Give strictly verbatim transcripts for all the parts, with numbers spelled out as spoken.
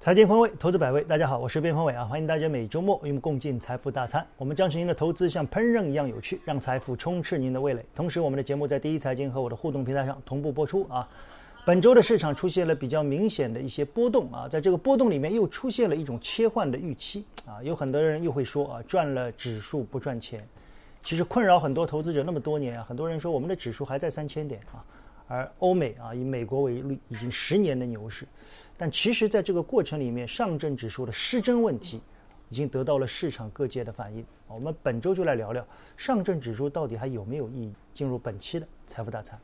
财经风味，投资百味。大家好，我是边锋伟啊，欢迎大家每周末与我们共进财富大餐。我们将使您的投资像烹饪一样有趣，让财富充斥您的味蕾。同时，我们的节目在第一财经和我的互动平台上同步播出啊。本周的市场出现了比较明显的一些波动啊，在这个波动里面又出现了一种切换的预期啊，有很多人又会说啊，赚了指数不赚钱。其实困扰很多投资者那么多年啊，很多人说我们的指数还在三千点啊。而欧美啊，以美国为例，已经十年的牛市，但其实在这个过程里面，上证指数的失真问题已经得到了市场各界的反应。我们本周就来聊聊上证指数到底还有没有意义。进入本期的财富大餐。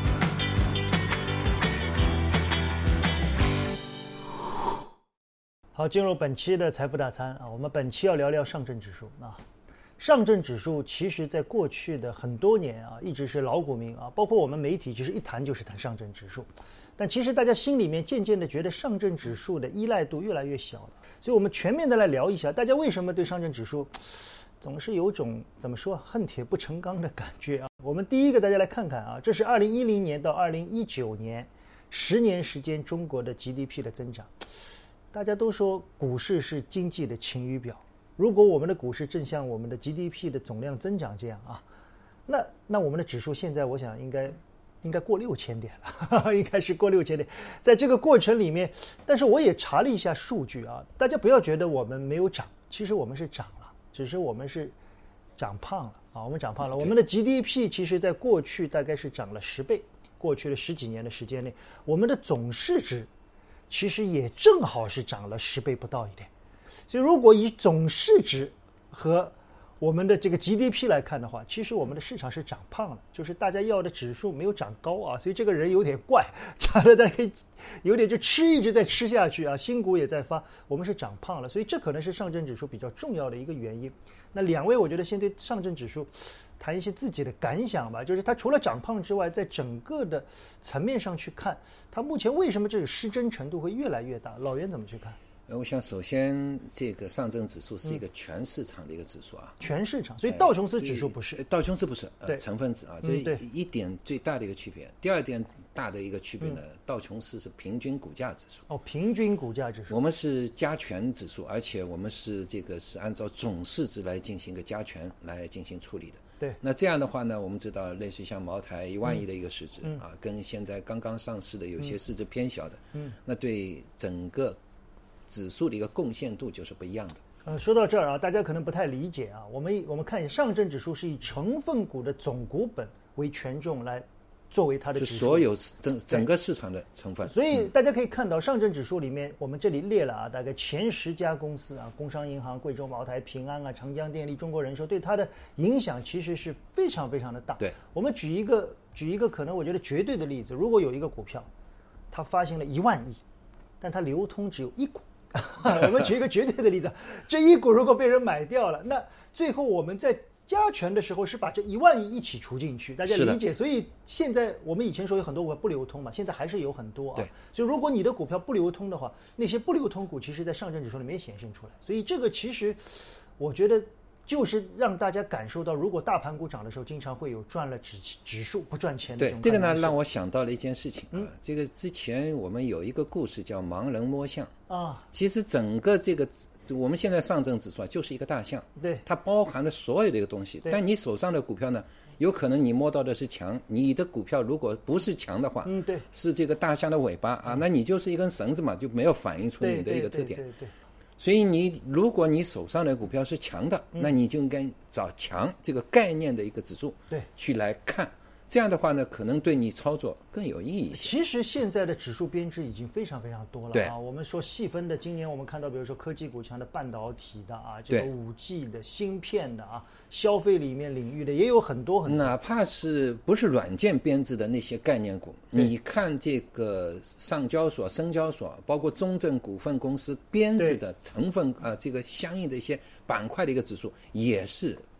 好，进入本期的财富大餐啊，我们本期要聊聊上证指数啊。上证指数其实在过去的很多年啊，一直是老股民啊，包括我们媒体，其实一谈就是谈上证指数。但其实大家心里面渐渐的觉得上证指数的依赖度越来越小了，所以我们全面的来聊一下，大家为什么对上证指数总是有种怎么说恨铁不成钢的感觉啊？我们第一个大家来看看啊，这是二零一零年到二零一九年十年时间中国的 G D P 的增长。大家都说股市是经济的晴雨表。如果我们的股市正像我们的 G D P 的总量增长这样啊，那那我们的指数现在我想应该应该过六千点了，应该是过六千点。在这个过程里面，但是我也查了一下数据啊，大家不要觉得我们没有涨，其实我们是涨了，只是我们是长胖了啊，我们长胖了。我们的 G D P 其实在过去大概是涨了十倍，过去的十几年的时间内，我们的总市值其实也正好是涨了十倍不到一点。所以如果以总市值和我们的这个 G D P 来看的话，其实我们的市场是长胖了，就是大家要的指数没有长高啊，所以这个人有点怪，长得大概有点就吃一直在吃下去啊，新股也在发，我们是长胖了，所以这可能是上证指数比较重要的一个原因。那两位我觉得先对上证指数谈一些自己的感想吧，就是它除了长胖之外，在整个的层面上去看，它目前为什么这个失真程度会越来越大？老袁怎么去看？ 我想首先这个上证指数是一个全市场的一个指数啊， 全市场，所以道琼斯指数不是， 呃、道琼斯不是呃成分指啊，这是一点最大的一个区别。第二点大的一个区别呢，嗯、道琼斯是平均股价指数。 哦，平均股价指数。 我们是加权指数，而且我们是这个是按照总市值来进行一个加权来进行处理的。 对， 那这样的话呢，我们知道类似于像茅台一万亿的一个市值、 嗯、 啊，跟现在刚刚上市的有些市值偏小的， 嗯， 那对整个指数的一个贡献度就是不一样的。 呃，说到这儿啊，大家可能不太理解啊。我们我们看一下，上证指数是以成分股的总股本为权重来作为它的指数， 是所有整整个市场的成分。 所以大家可以看到，上证指数里面，我们这里列了啊，大概前十家公司啊，工商银行、贵州茅台、平安啊、长江电力、中国人寿，对它的影响其实是非常非常的大。 对， 我们举一个举一个可能我觉得绝对的例子，如果有一个股票，它发行了一万亿，但它流通只有一股。我们举一个绝对的例子，这一股如果被人买掉了，那最后我们在加权的时候是把这一万亿一起除进去，大家理解？所以现在我们以前说有很多股票不流通嘛，现在还是有很多啊。 对， 所以如果你的股票不流通的话，那些不流通股其实在上证指数里面显现出来。所以这个其实我觉得就是让大家感受到，如果大盘股涨的时候，经常会有赚了指指数不赚钱的这种。 对，这个呢让我想到了一件事情啊， 嗯、 这个之前我们有一个故事叫盲人摸象啊。 其实整个这个我们现在上证指数啊就是一个大象， 对， 它包含了所有的一个东西。但你手上的股票呢，有可能你摸到的是墙，你的股票如果不是墙的话， 嗯，对， 是这个大象的尾巴啊，那你就是一根绳子嘛，就没有反映出你的一个特点。 对对对对对。 所以你如果你手上的股票是强的，那你就应该找强这个概念的一个指数， 对， 去来看。这样的话呢，可能对你操作更有意义一些。 其实现在的指数编制已经非常非常多了啊。 对我们说细分的，今年我们看到，比如说科技股强的、半导体的啊，这个五 G 的、芯片的啊，消费里面领域的也有很多很多。 哪怕是不是软件编制的那些概念股，你看这个上交所、深交所，包括中证股份公司编制的成分啊、呃，这个相应的一些板块的一个指数也是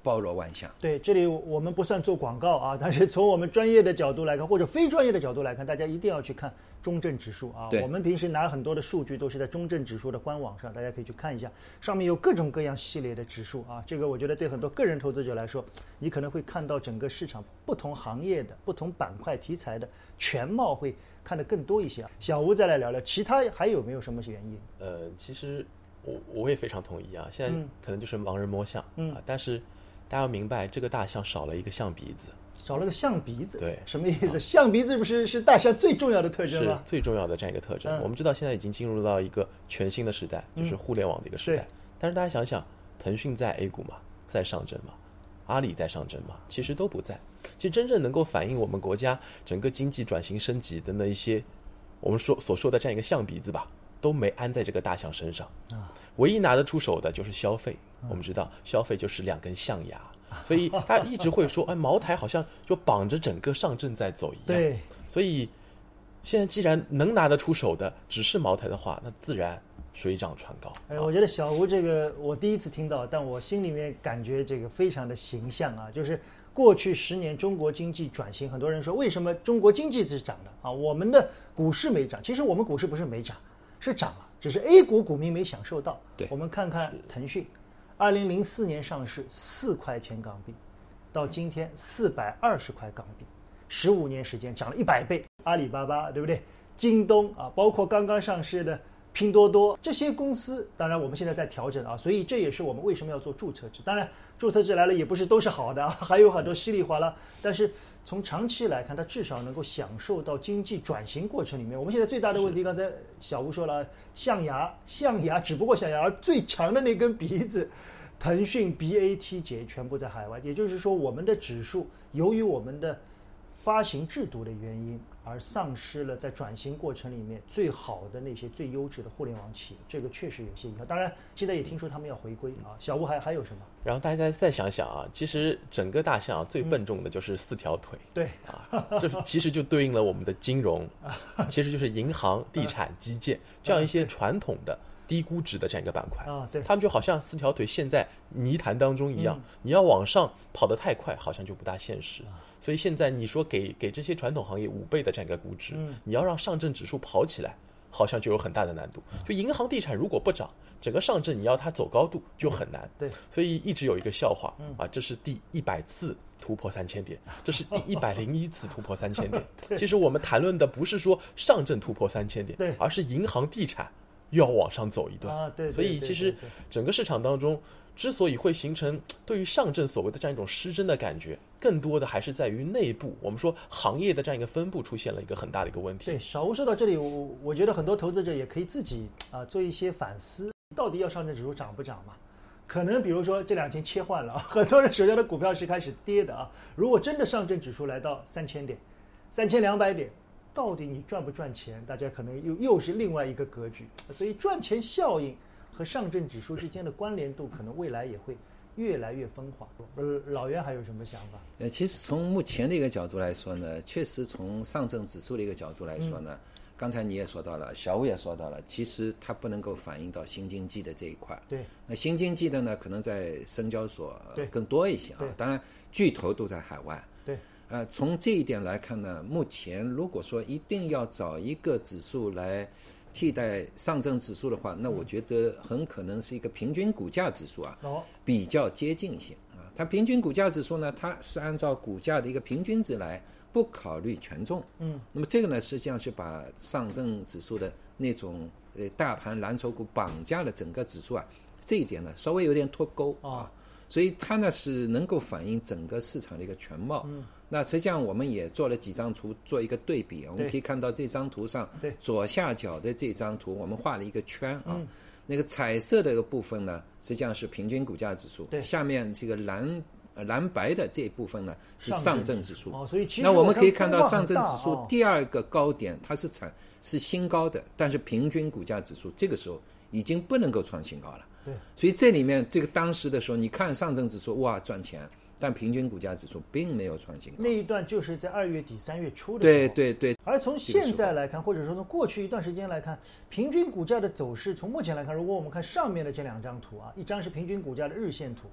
包罗万象。 对，这里我们不算做广告啊，但是从我们专业的角度来看，或者非专业的角度来看，大家一定要去看中证指数啊。我们平时拿很多的数据都是在中证指数的官网上，大家可以去看一下，上面有各种各样系列的指数啊。这个我觉得对很多个人投资者来说，你可能会看到整个市场不同行业的、不同板块题材的全貌会看得更多一些啊。小吴再来聊聊，其他还有没有什么原因？ 呃，其实我我也非常同意啊。现在可能就是盲人摸象，嗯啊，但是大家要明白，这个大象少了一个象鼻子， 少了个象鼻子， 对， 什么意思？啊、象鼻子不是是大象最重要的特征吗？ 是最重要的这样一个特征。嗯、我们知道现在已经进入到一个全新的时代，就是互联网的一个时代。嗯、但是大家想想，腾讯在 A 股嘛，在上证嘛，阿里在上证嘛，其实都不在。其实真正能够反映我们国家整个经济转型升级的那一些，我们说所说的这样一个象鼻子吧，都没安在这个大象身上。啊、唯一拿得出手的就是消费。我们知道消费就是两根象牙，所以他一直会说，哎，茅台好像就绑着整个上证在走一样。 对， 所以现在既然能拿得出手的只是茅台的话，那自然水涨船高。 哎，我觉得小吴这个我第一次听到，但我心里面感觉这个非常的形象啊，就是过去十年中国经济转型，很多人说为什么中国经济是涨的啊，我们的股市没涨，其实我们股市不是没涨，是涨了，只是 A 股股民没享受到。 对， 我们看看腾讯。二零零四年上市，四块钱港币，到今天四百二十块港币，十五年时间涨了一百倍。阿里巴巴，对不对？京东啊，包括刚刚上市的拼多多，这些公司，当然我们现在在调整啊，所以这也是我们为什么要做注册制。当然，注册制来了也不是都是好的啊，还有很多稀里哗啦。但是从长期来看，它至少能够享受到经济转型过程里面。我们现在最大的问题，刚才小吴说了，象牙，象牙只不过象牙，而最长的那根鼻子。腾讯 B A T 解全部在海外，也就是说，我们的指数由于我们的发行制度的原因，而丧失了在转型过程里面最好的那些最优质的互联网企业，这个确实有些遗憾。当然，现在也听说他们要回归啊。小吴还还有什么？ 然后大家再想想啊，其实整个大象、啊、最笨重的就是四条腿。 嗯、对啊，这其实就对应了我们的金融，其实就是银行、地产、基建这样一些传统的。低估值的这样一个板块啊，对， 他们就好像四条腿陷在泥潭当中一样，嗯、你要往上跑得太快，好像就不大现实。啊、所以现在你说给给这些传统行业五倍的这样一个估值，嗯、你要让上证指数跑起来，好像就有很大的难度。啊、就银行地产如果不涨，整个上证你要它走高度就很难。 嗯、对， 所以一直有一个笑话、嗯、啊，这是第一百次突破三千点，这是第一百零一次突破三千点。其实我们谈论的不是说上证突破三千点， 对， 而是银行地产。又要往上走一段啊，对， 所以其实整个市场当中，之所以会形成对于上证所谓的这样一种失真的感觉，更多的还是在于内部，我们说行业的这样一个分布出现了一个很大的一个问题。 对，小吴说到这里，我我觉得很多投资者也可以自己啊、呃、做一些反思，到底要上证指数涨不涨嘛？可能比如说这两天切换了，很多人手下的股票是开始跌的啊。如果真的上证指数来到三千点、三千两百点。到底你赚不赚钱？大家可能又又是另外一个格局，所以赚钱效应和上证指数之间的关联度，可能未来也会越来越分化。呃，老袁还有什么想法？ 呃，其实从目前的一个角度来说呢，确实从上证指数的一个角度来说呢，嗯、刚才你也说到了，小吴也说到了，其实它不能够反映到新经济的这一块。 对， 那新经济的呢，可能在深交所更多一些啊。当然，巨头都在海外。 对。 呃，从这一点来看呢，目前如果说一定要找一个指数来替代上证指数的话，那我觉得很可能是一个平均股价指数啊， 哦、 比较接近一些啊。它平均股价指数呢，它是按照股价的一个平均值来，不考虑权重。 嗯， 那么这个呢，实际上是把上证指数的那种呃大盘蓝筹股绑架了整个指数啊，这一点呢稍微有点脱钩啊。 哦所以它呢是能够反映整个市场的一个全貌。 嗯， 那实际上我们也做了几张图做一个对比，我们可以看到这张图上左下角的这张图，我们画了一个圈啊， 嗯、 那个彩色的一个部分呢，实际上是平均股价指数，下面这个蓝呃蓝白的这一部分呢是上证指数。 哦，所以其实那我们可以看到上证指数第二个高点它是产是新高的，但是平均股价指数这个时候已经不能够创新高了。 对， 所以这里面这个当时的时候，你看上证指数哇赚钱，但平均股价指数并没有创新高。 那一段就是在二月底三月初的时候。对对对。 而从现在来看，或者说从过去一段时间来看，平均股价的走势，从目前来看，如果我们看上面的这两张图啊，一张是平均股价的日线图， 对，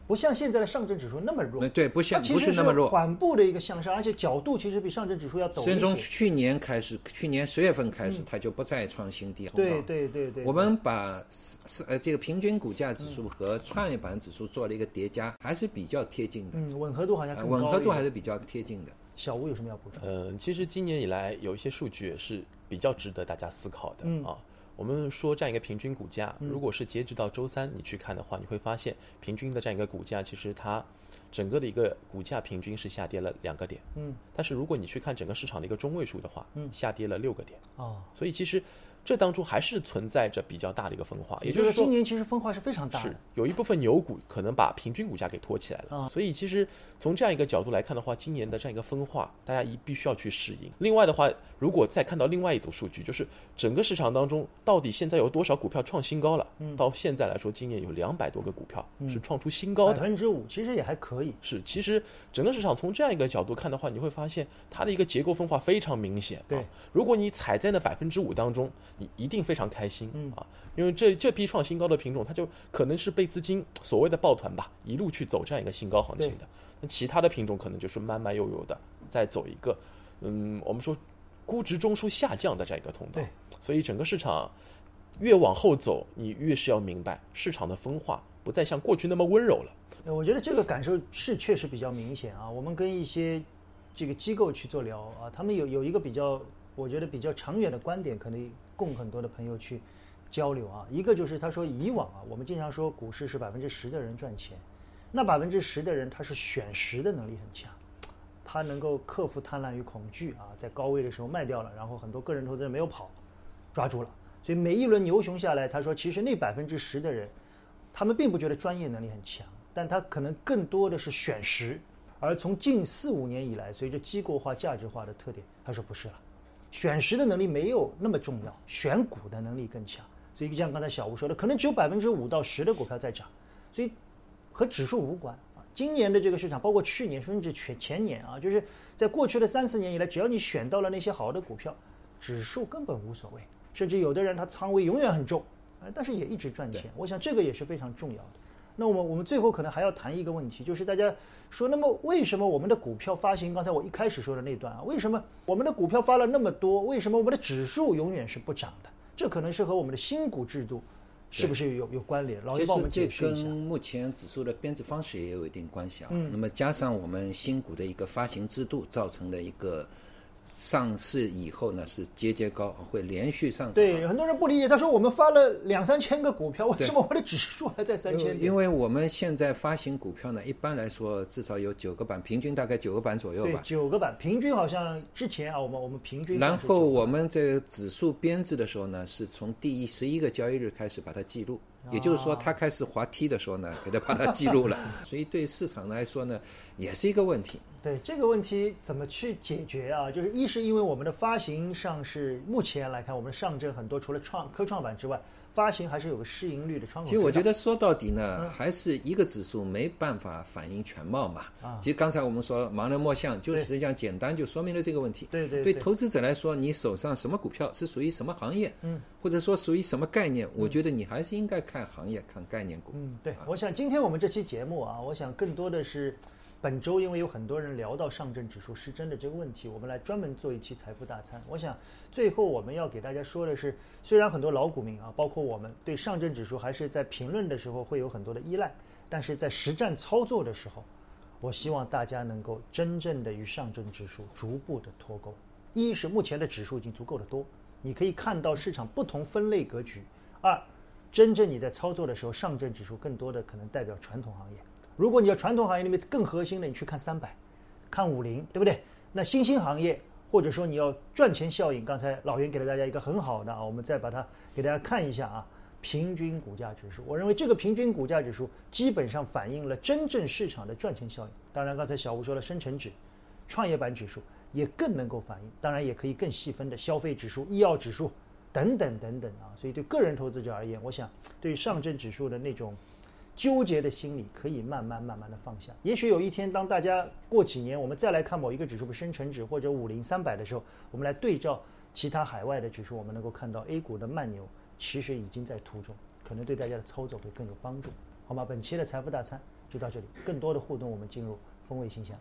不像现在的上证指数那么弱， 对，不像它其实不是那么弱， 缓步的一个向上，而且角度其实比上证指数要陡一些。 从去年开始，去年十月份开始，嗯、它就不再创新低。 对对对对。 我们把呃这个平均股价指数和创业板指数做了一个叠加，还是比较贴近的。 嗯，吻合度好像更高、 呃、吻合度还是比较贴近的。 小吴有什么要补充？ 嗯、呃，其实今年以来有一些数据也是比较值得大家思考的、嗯、啊。我们说这样一个平均股价，如果是截止到周三你去看的话，你会发现平均的这样一个股价，其实它整个的一个股价平均是下跌了两个点。嗯，但是如果你去看整个市场的一个中位数的话，嗯，下跌了六个点。哦，所以其实这当中还是存在着比较大的一个分化， 也就是说今年其实分化是非常大的， 是有一部分牛股可能把平均股价给托起来了、啊、所以其实从这样一个角度来看的话，今年的这样一个分化大家一必须要去适应。另外的话，如果再看到另外一组数据，就是整个市场当中到底现在有多少股票创新高了、嗯、到现在来说今年有两百多个股票是创出新高的， 百分之五其实也还可以。 是，其实整个市场从这样一个角度看的话，你会发现它的一个结构分化非常明显。 对、 啊，如果你踩在那百分之五当中，你一定非常开心、嗯、啊，因为这这批创新高的品种，它就可能是被资金所谓的抱团吧，一路去走这样一个新高行情的。那其他的品种可能就是慢慢悠悠的在走一个，嗯，我们说估值中枢下降的这样一个通道。 对， 所以整个市场越往后走，你越是要明白市场的分化不再像过去那么温柔了。 我觉得这个感受是确实比较明显啊。我们跟一些这个机构去做聊啊，他们有有一个比较，我觉得比较长远的观点，可能供很多的朋友去交流啊。一个就是他说，以往啊，我们经常说股市是百分之十的人赚钱，那百分之十的人他是选时的能力很强，他能够克服贪婪与恐惧啊，在高位的时候卖掉了，然后很多个人投资人没有跑，抓住了。所以每一轮牛熊下来，他说其实那百分之十的人，他们并不觉得专业能力很强，但他可能更多的是选时。而从近四五年以来，随着机构化、价值化的特点，他说不是了，选时的能力没有那么重要，选股的能力更强。所以像刚才小吴说的，可能只有百分之五到十的股票在涨，所以和指数无关啊。今年的这个市场，包括去年甚至前前年啊，就是在过去的三四年以来，只要你选到了那些好的股票，指数根本无所谓。甚至有的人他仓位永远很重，但是也一直赚钱。我想这个也是非常重要的。那我们我们最后可能还要谈一个问题，就是大家说，那么为什么我们的股票发行，刚才我一开始说的那段啊，为什么我们的股票发了那么多，为什么我们的指数永远是不涨的？这可能是和我们的新股制度是不是有有关联？老师帮我们解释一下。 其实这跟目前指数的编制方式也有一定关系啊。嗯，那么加上我们新股的一个发行制度造成的一个上市以后呢是节节高，会连续上涨。 对，很多人不理解，他说我们发了两三千个股票，为什么我的指数还在三千点？ 因为我们现在发行股票呢，一般来说至少有九个板，平均大概九个板左右吧。 对，九个板，平均好像之前啊，我们我们平均。 然后我们这个指数编制的时候呢，是从第十一个交易日开始把它记录。也就是说，它开始滑梯的时候呢，给它把它记录了，所以对市场来说呢，也是一个问题。 对这个问题怎么去解决啊？就是一是因为我们的发行上是目前来看，我们上证很多除了创科创板之外，发行还是有个市盈率的窗口。 其实我觉得说到底呢，嗯、还是一个指数没办法反映全貌嘛。啊、其实刚才我们说盲人摸象，就实际上简单就说明了这个问题。 对对对。 对投资者来说，你手上什么股票是属于什么行业，嗯，或者说属于什么概念，我觉得你还是应该看行业、看概念股。 嗯，对。啊、我想今天我们这期节目啊，我想更多的是。本周因为有很多人聊到上证指数失真的这个问题，我们来专门做一期财富大餐。我想最后我们要给大家说的是，虽然很多老股民啊，包括我们对上证指数还是在评论的时候会有很多的依赖，但是在实战操作的时候，我希望大家能够真正的与上证指数逐步的脱钩。一是目前的指数已经足够的多，你可以看到市场不同分类格局；二，真正你在操作的时候，上证指数更多的可能代表传统行业。如果你要传统行业里面更核心的，你去看三百，看五零，对不对？那新兴行业或者说你要赚钱效应，刚才老袁给了大家一个很好的啊，我们再把它给大家看一下啊，平均股价指数。我认为这个平均股价指数基本上反映了真正市场的赚钱效应。当然，刚才小吴说了深成指、创业板指数也更能够反映，当然也可以更细分的消费指数、医药指数等等等等啊。所以对个人投资者而言，我想对上证指数的那种纠结的心理可以慢慢慢慢的放下。也许有一天，当大家过几年我们再来看某一个指数，不深成指或者五零三百的时候，我们来对照其他海外的指数，我们能够看到 A 股的慢牛其实已经在途中，可能对大家的操作会更有帮助，好吗？本期的财富大餐就到这里，更多的互动我们进入风味信箱。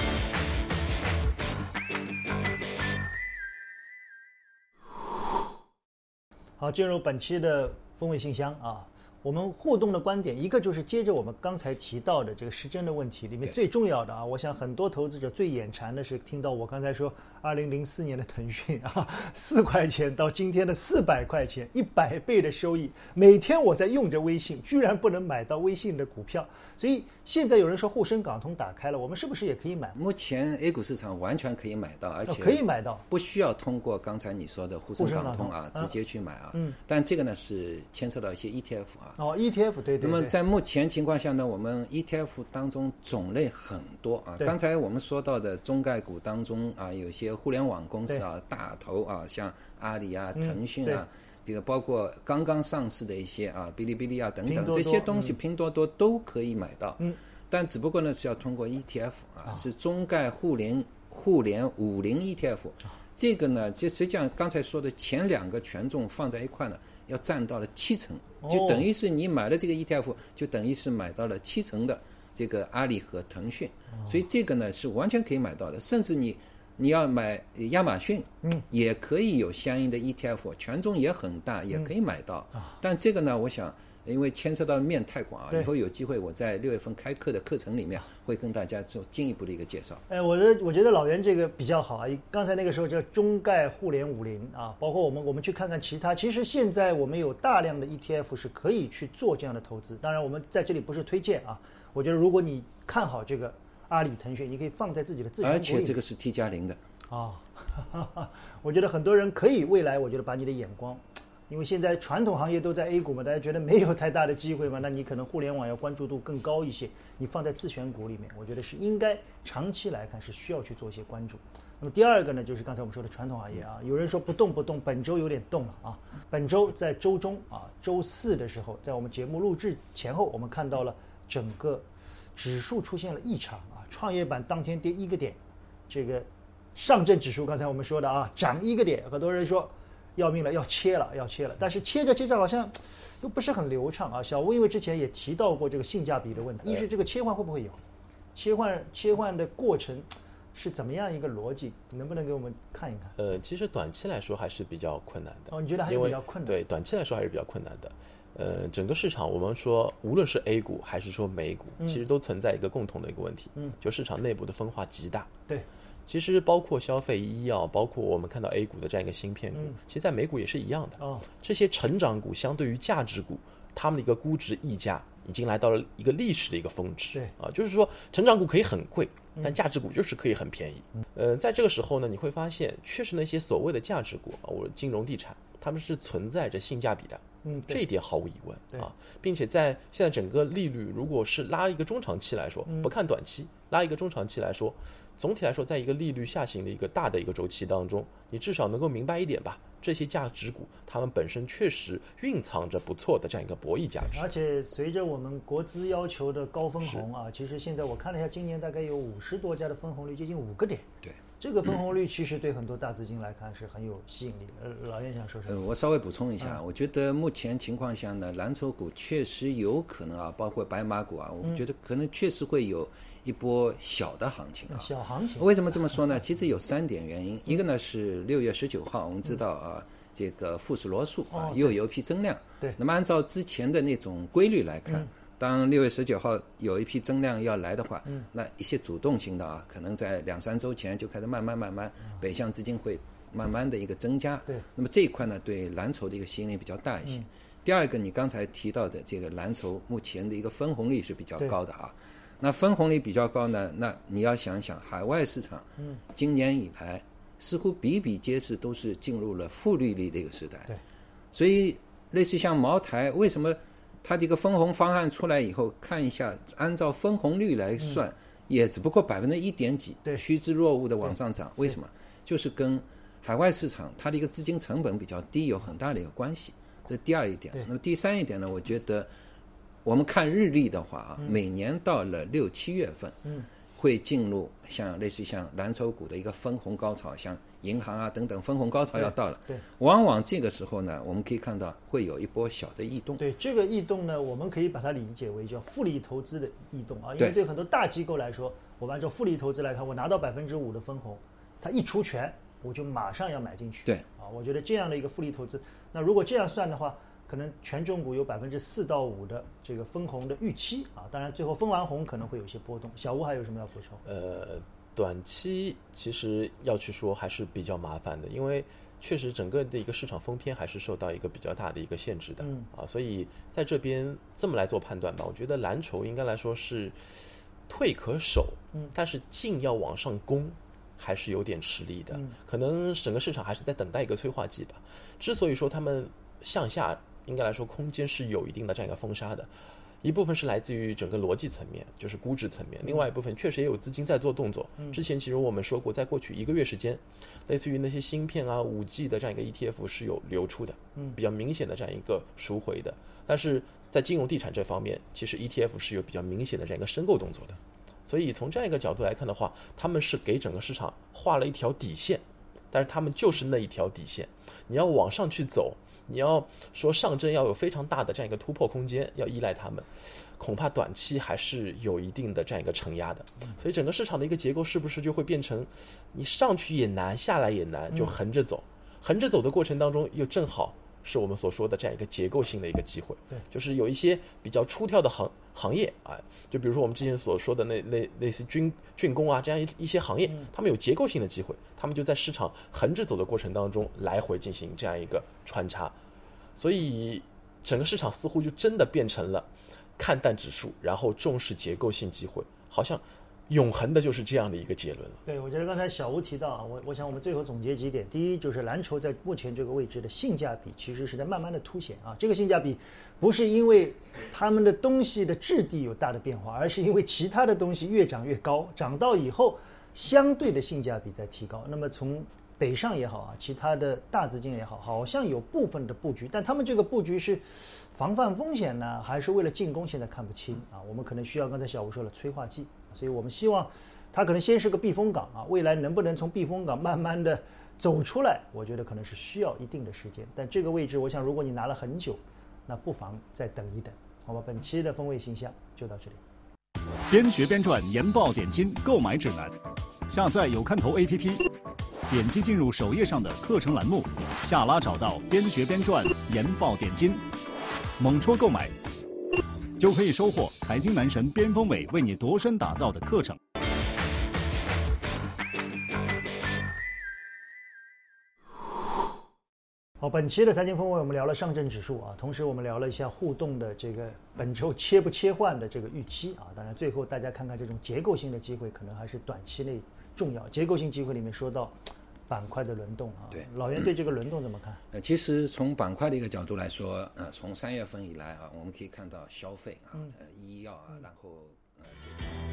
好，进入本期的风味信箱啊，我们互动的观点，一个就是接着我们刚才提到的这个时针的问题里面最重要的啊，我想很多投资者最眼馋的是听到我刚才说二零零四年的腾讯啊，四块钱到今天的四百块钱，一百倍的收益。每天我在用着微信，居然不能买到微信的股票，所以现在有人说沪深港通打开了，我们是不是也可以买？ 目前 A 股市场完全可以买到，而且可以买到， 不需要通过刚才你说的沪深港通啊，直接去买啊。嗯。但这个呢是牵扯到一些 E T F 啊。 哦 ，E T F 对对。 那么在目前情况下呢，我们 E T F 当中种类很多啊。刚才我们说到的中概股当中啊，有些互联网公司啊，大头啊，像阿里啊、腾讯啊。这个包括刚刚上市的一些啊，哔哩哔哩啊等等这些东西，拼多多都可以买到。嗯，但只不过呢是要通过 E T F 啊，是中概互联互联五零 E T F。这个呢，就实际上刚才说的前两个权重放在一块呢，要占到了七成，就等于是你买了这个 E T F， 就等于是买到了七成的这个阿里和腾讯。所以这个呢是完全可以买到的，甚至你。你要买亚马逊，嗯，也可以有相应的 E T F， 权重也很大，也可以买到。嗯啊、但这个呢，我想，因为牵扯到面太广啊，以后有机会我在六月份开课的课程里面会跟大家做进一步的一个介绍。 哎，我觉得我觉得老袁这个比较好啊。刚才那个时候叫中概互联五零啊，包括我们我们去看看其他。其实现在我们有大量的 E T F 是可以去做这样的投资。当然，我们在这里不是推荐啊。我觉得如果你看好这个阿里、腾讯，你可以放在自己的自选股里。 而且这个是 T 加零的。 啊、哦，我觉得很多人可以未来，我觉得把你的眼光，因为现在传统行业都在 A 股嘛，大家觉得没有太大的机会嘛，那你可能互联网要关注度更高一些，你放在自选股里面，我觉得是应该长期来看是需要去做一些关注。那么第二个呢，就是刚才我们说的传统行业啊，有人说不动不动，本周有点动了啊。本周在周中啊，周四的时候，在我们节目录制前后，我们看到了整个指数出现了异常啊，创业板当天跌一个点，这个。上证指数刚才我们说的啊，涨一个点，很多人说要命了，要切了，要切了，但是切着切着好像又不是很流畅啊。小吴因为之前也提到过这个性价比的问题，一是这个切换会不会有，切换切换的过程是怎么样一个逻辑，能不能给我们看一看？ 呃，其实短期来说还是比较困难的。 哦，你觉得还是比较困难？ 对，短期来说还是比较困难的。呃，整个市场我们说，无论是 A 股还是说美股，嗯、其实都存在一个共同的一个问题，嗯，就市场内部的分化极大。 对。 其实包括消费、医药，包括我们看到 A 股的这样一个芯片股，嗯、其实在美股也是一样的。哦，这些成长股相对于价值股，他们的一个估值溢价已经来到了一个历史的一个峰值。对啊，就是说成长股可以很贵，但价值股就是可以很便宜。嗯、呃，在这个时候呢，你会发现，确实那些所谓的价值股啊，或者金融地产，他们是存在着性价比的。嗯，这一点毫无疑问啊，并且在现在整个利率，如果是拉一个中长期来说，不看短期，拉一个中长期来说，总体来说，在一个利率下行的一个大的一个周期当中，你至少能够明白一点吧，这些价值股它们本身确实蕴藏着不错的这样一个博弈价值。 而且随着我们国资要求的高分红啊，其实现在我看了一下，今年大概有五十多家的分红率，接近五个点。 对。 这个分红率其实对很多大资金来看是很有吸引力的。呃，老袁想说什么？ 呃，我稍微补充一下，嗯、我觉得目前情况下呢，蓝筹股确实有可能啊，包括白马股啊，我觉得可能确实会有一波小的行情啊。 小行情。 为什么这么说呢？其实有三点原因，一个呢是六月十九号，我们知道啊，这个富时罗素啊又有一批增量。 对。 那么按照之前的那种规律来看。嗯，当六月十九号有一批增量要来的话，嗯、那一些主动型的啊，可能在两三周前就开始慢慢慢慢，嗯、北向资金会慢慢的一个增加。 对， 那么这一块呢，对蓝筹的一个吸引力比较大一些。嗯、第二个，你刚才提到的这个蓝筹目前的一个分红率是比较高的啊。那分红率比较高呢，那你要想想海外市场，嗯，今年以来似乎比比皆是都是进入了负利率的一个时代。 对， 所以类似像茅台，为什么？它这个分红方案出来以后，看一下，按照分红率来算，嗯、也只不过百分之一点几，趋之若鹜的往上涨。为什么？就是跟海外市场它的一个资金成本比较低有很大的一个关系。这是第二一点。那么第三一点呢？我觉得我们看日历的话啊，嗯、每年到了六七月份，嗯、 会进入像类似于像蓝筹股的一个分红高潮，像银行啊等等分红高潮要到了。 对，对往往这个时候呢，我们可以看到会有一波小的异动。 对，这个异动呢，我们可以把它理解为叫复利投资的异动啊，因为对很多大机构来说，我们按照复利投资来看，我拿到百分之五的分红，它一除权，我就马上要买进去。 对， 啊，我觉得这样的一个复利投资，那如果这样算的话，可能权重股有百分之四到五的这个分红的预期啊，当然最后分完红可能会有一些波动。小吴还有什么要补充？ 呃，短期其实要去说还是比较麻烦的，因为确实整个的一个市场封篇还是受到一个比较大的一个限制的， 嗯啊，所以在这边这么来做判断吧，我觉得蓝筹应该来说是退可守， 嗯， 但是进要往上攻还是有点吃力的， 嗯， 可能整个市场还是在等待一个催化剂吧。之所以说他们向下，应该来说空间是有一定的这样一个封杀的，一部分是来自于整个逻辑层面，就是估值层面，另外一部分确实也有资金在做动作。之前其实我们说过，在过去一个月时间，类似于那些芯片啊、五 G 的这样一个 E T F 是有流出的，比较明显的这样一个赎回的。但是在金融地产这方面，其实 E T F 是有比较明显的这样一个申购动作的。所以从这样一个角度来看的话，他们是给整个市场画了一条底线，但是他们就是那一条底线，你要往上去走，你要说上证要有非常大的这样一个突破空间，要依赖他们，恐怕短期还是有一定的这样一个承压的。所以整个市场的一个结构是不是就会变成你上去也难，下来也难，就横着走，横着走的过程当中又正好是我们所说的这样一个结构性的一个机会。 对， 就是有一些比较出挑的行行业啊，就比如说我们之前所说的那类类似军军工啊这样一一些行业，他们有结构性的机会，他们就在市场横着走的过程当中来回进行这样一个穿插，所以整个市场似乎就真的变成了看淡指数，然后重视结构性机会，好像永恒的就是这样的一个结论了。 对，我觉得刚才小吴提到啊，我我想我们最后总结几点。第一，就是蓝筹在目前这个位置的性价比其实是在慢慢的凸显啊。这个性价比不是因为他们的东西的质地有大的变化，而是因为其他的东西越涨越高，涨到以后相对的性价比在提高。那么从北上也好啊，其他的大资金也好，好像有部分的布局，但他们这个布局是防范风险呢，还是为了进攻？现在看不清啊。我们可能需要刚才小吴说了催化剂，所以我们希望它可能先是个避风港啊，未来能不能从避风港慢慢的走出来，我觉得可能是需要一定的时间。但这个位置，我想如果你拿了很久，那不妨再等一等。好吧，本期的风味形象就到这里。 边学边赚研报点金购买指南，下载有看头 A P P， 点击进入首页上的课程栏目，下拉找到边学边赚研报点金，猛戳购买，就可以收获财经男神边锋伟为你度身打造的课程。 好，本期的财经风味我们聊了上证指数啊，同时我们聊了一下互动的这个本周切不切换的这个预期啊。当然，最后大家看看这种结构性的机会，可能还是短期内重要。结构性机会里面说到板块的轮动啊， 对， 老袁对这个轮动怎么看？ 呃，其实从板块的一个角度来说，呃，从三月份以来啊，我们可以看到消费啊、呃、医药啊，然后呃。这个